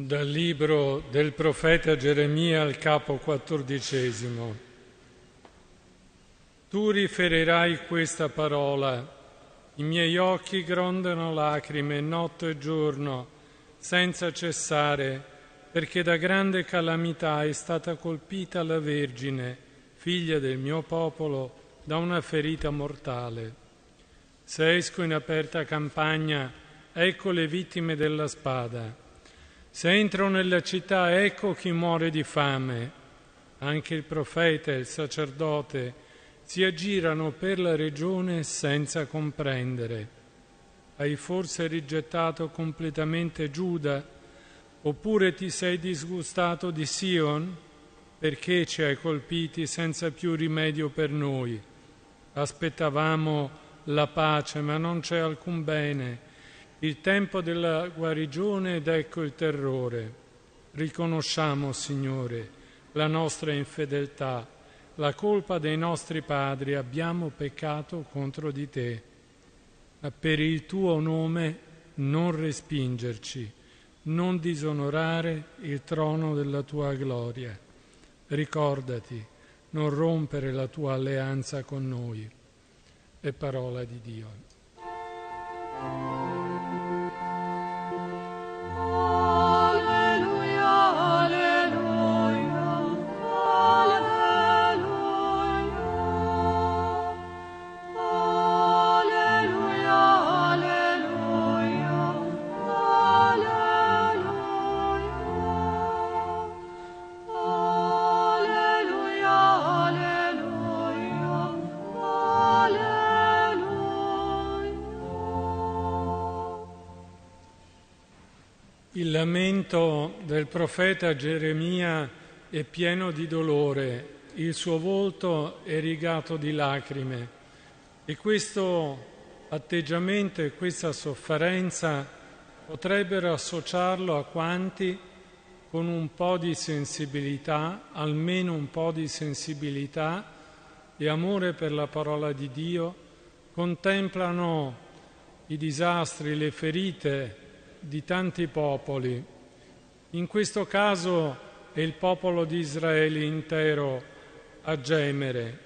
Dal libro del profeta Geremia al capo 14. Tu riferirai questa parola: i miei occhi grondano lacrime notte e giorno, senza cessare, perché da grande calamità è stata colpita la Vergine, figlia del mio popolo, da una ferita mortale. Se esco in aperta campagna, ecco le vittime della spada. Se entro nella città, ecco chi muore di fame. Anche il profeta e il sacerdote si aggirano per la regione senza comprendere. Hai forse rigettato completamente Giuda? Oppure ti sei disgustato di Sion? Perché ci hai colpiti senza più rimedio per noi? Aspettavamo la pace, ma non c'è alcun bene. Il tempo della guarigione ed ecco il terrore. Riconosciamo, Signore, la nostra infedeltà, la colpa dei nostri padri, abbiamo peccato contro di te. Ma per il tuo nome non respingerci, non disonorare il trono della tua gloria. Ricordati, non rompere la tua alleanza con noi. È parola di Dio. Il lamento del profeta Geremia è pieno di dolore, il suo volto è rigato di lacrime e questo atteggiamento e questa sofferenza potrebbero associarlo a quanti con un po' di sensibilità, almeno un po' di sensibilità e amore per la parola di Dio, contemplano i disastri, le ferite di tanti popoli. In questo caso è il popolo di Israele intero a gemere.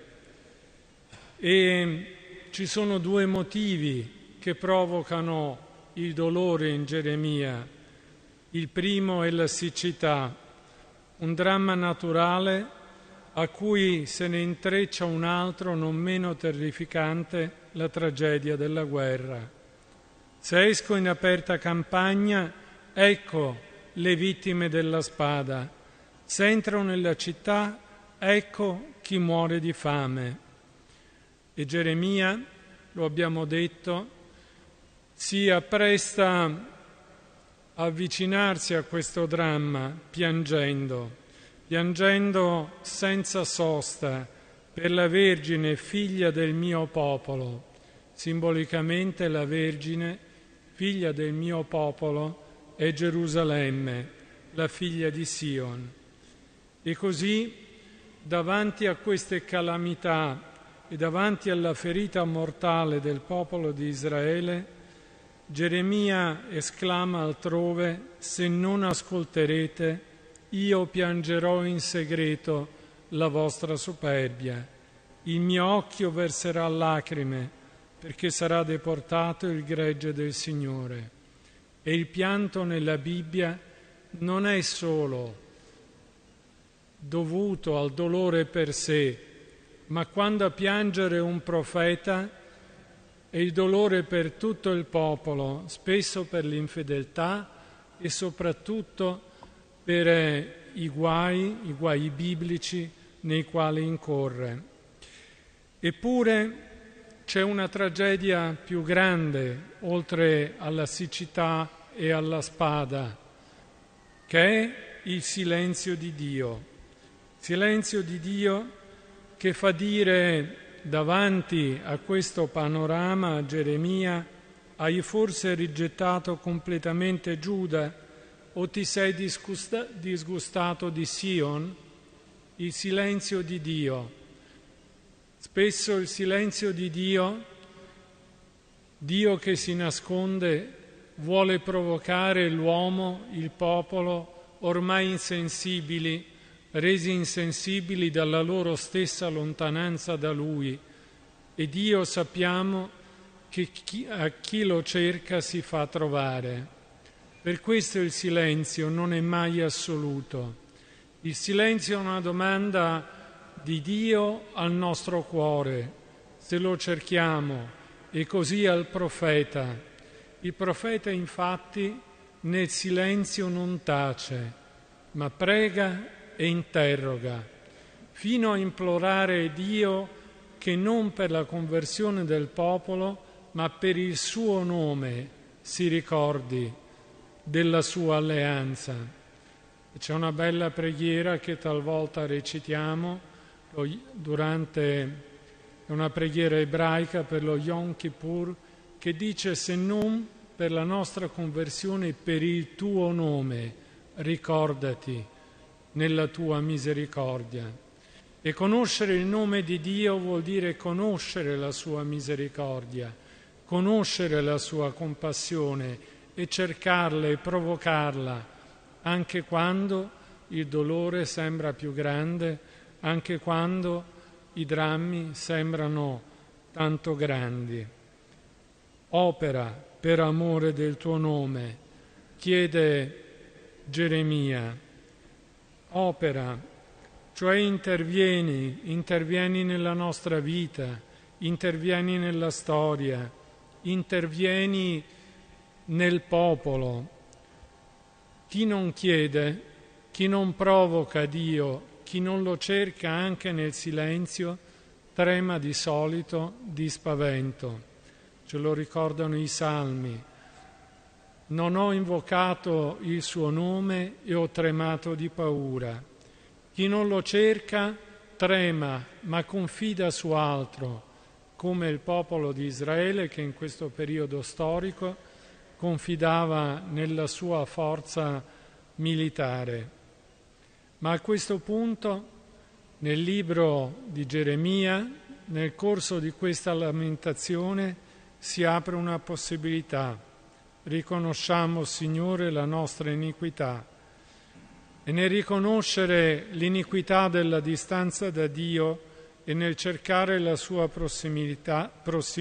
E ci sono due motivi che provocano il dolore in Geremia. Il primo è la siccità, un dramma naturale a cui se ne intreccia un altro non meno terrificante, la tragedia della guerra. Se esco in aperta campagna, ecco le vittime della spada. Se entro nella città, ecco chi muore di fame. E Geremia, lo abbiamo detto, si appresta a avvicinarsi a questo dramma piangendo senza sosta per la Vergine, figlia del mio popolo. Simbolicamente la Vergine, figlia del mio popolo, è Gerusalemme, la figlia di Sion. E così, davanti a queste calamità e davanti alla ferita mortale del popolo di Israele, Geremia esclama altrove: se non ascolterete, io piangerò in segreto la vostra superbia. Il mio occhio verserà lacrime, perché sarà deportato il gregge del Signore. E il pianto nella Bibbia non è solo dovuto al dolore per sé, ma quando a piangere un profeta è il dolore per tutto il popolo, spesso per l'infedeltà e soprattutto per i guai biblici nei quali incorre. Eppure c'è una tragedia più grande, oltre alla siccità e alla spada, che è il silenzio di Dio. Silenzio di Dio che fa dire davanti a questo panorama a Geremia: hai forse rigettato completamente Giuda o ti sei disgustato di Sion? Il silenzio di Dio. Spesso il silenzio di Dio che si nasconde vuole provocare l'uomo, il popolo, ormai insensibili, resi insensibili dalla loro stessa lontananza da Lui. E Dio sappiamo che a chi lo cerca si fa trovare. Per questo il silenzio non è mai assoluto. Il silenzio è una domanda di Dio al nostro cuore, se lo cerchiamo, e così al profeta. Il profeta infatti nel silenzio non tace, ma prega e interroga, fino a implorare Dio che non per la conversione del popolo, ma per il suo nome si ricordi della sua alleanza. C'è una bella preghiera che talvolta recitiamo è una preghiera ebraica per lo Yom Kippur, che dice: se non per la nostra conversione, per il tuo nome, ricordati nella tua misericordia. E conoscere il nome di Dio vuol dire conoscere la sua misericordia, conoscere la sua compassione e cercarla e provocarla, anche quando il dolore sembra più grande, anche quando i drammi sembrano tanto grandi. Opera per amore del tuo nome, chiede Geremia. Opera, cioè intervieni nella nostra vita, intervieni nella storia, intervieni nel popolo. Chi non chiede, chi non provoca Dio, chi non lo cerca anche nel silenzio, trema di solito di spavento. Ce lo ricordano i Salmi. Non ho invocato il suo nome e ho tremato di paura. Chi non lo cerca trema, ma confida su altro, come il popolo di Israele che in questo periodo storico confidava nella sua forza militare. Ma a questo punto, nel libro di Geremia, nel corso di questa lamentazione, si apre una possibilità. Riconosciamo, Signore, la nostra iniquità. E nel riconoscere l'iniquità della distanza da Dio e nel cercare la sua prossimità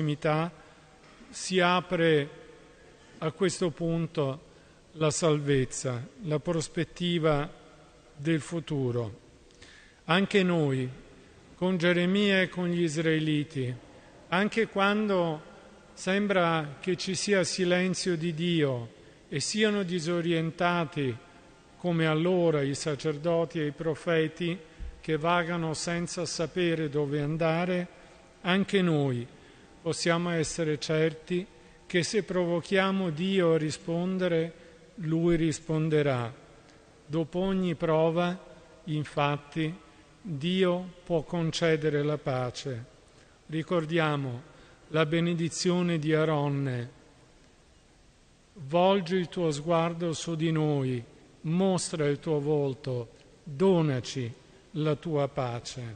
si apre a questo punto la salvezza, la prospettiva del futuro. Anche noi, con Geremia e con gli israeliti, anche quando sembra che ci sia silenzio di Dio e siano disorientati come allora i sacerdoti e i profeti che vagano senza sapere dove andare, anche noi possiamo essere certi che se provochiamo Dio a rispondere, Lui risponderà. Dopo ogni prova, infatti, Dio può concedere la pace. Ricordiamo la benedizione di Aronne. Volgi il tuo sguardo su di noi, mostra il tuo volto, donaci la tua pace.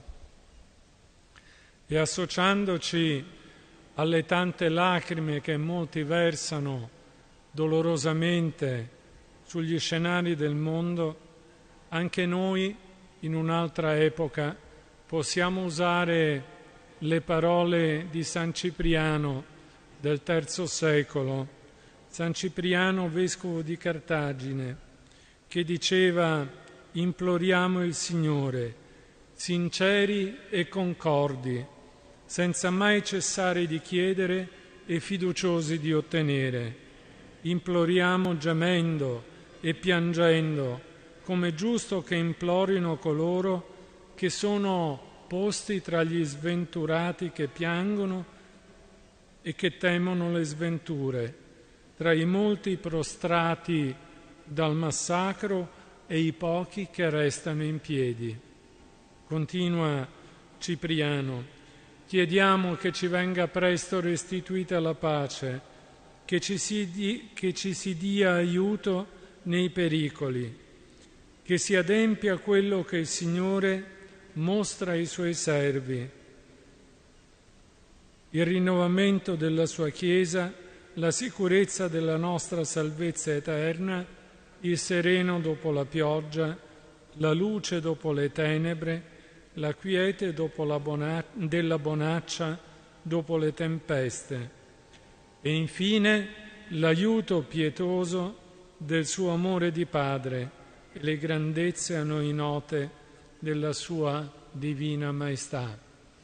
E associandoci alle tante lacrime che molti versano dolorosamente sugli scenari del mondo, anche noi in un'altra epoca possiamo usare le parole di San Cipriano del III secolo, San Cipriano, vescovo di Cartagine, che diceva: imploriamo il Signore, sinceri e concordi, senza mai cessare di chiedere e fiduciosi di ottenere. Imploriamo gemendo e piangendo, come è giusto che implorino coloro che sono posti tra gli sventurati che piangono e che temono le sventure, tra i molti prostrati dal massacro e i pochi che restano in piedi. Continua Cipriano: chiediamo che ci venga presto restituita la pace, che ci si dia aiuto nei pericoli, che si adempia quello che il Signore mostra ai Suoi servi, il rinnovamento della Sua Chiesa la sicurezza della nostra salvezza eterna, il sereno dopo la pioggia, la luce dopo le tenebre, la quiete dopo della bonaccia dopo le tempeste e infine l'aiuto pietoso del suo amore di Padre e le grandezze a noi note della sua divina maestà.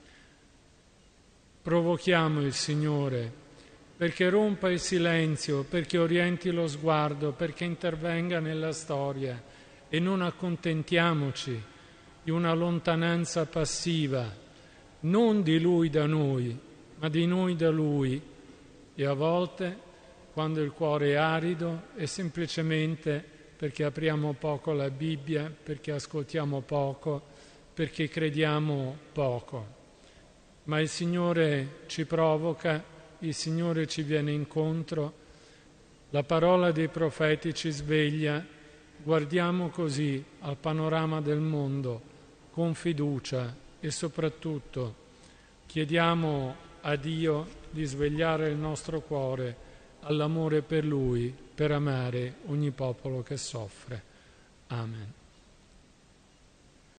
Provochiamo il Signore perché rompa il silenzio, perché orienti lo sguardo, perché intervenga nella storia e non accontentiamoci di una lontananza passiva, non di Lui da noi, ma di noi da Lui. E a volte, quando il cuore è arido, è semplicemente perché apriamo poco la Bibbia, perché ascoltiamo poco, perché crediamo poco. Ma il Signore ci provoca, il Signore ci viene incontro, la parola dei profeti ci sveglia, guardiamo così al panorama del mondo con fiducia e soprattutto chiediamo a Dio di svegliare il nostro cuore all'amore per Lui, per amare ogni popolo che soffre. Amen.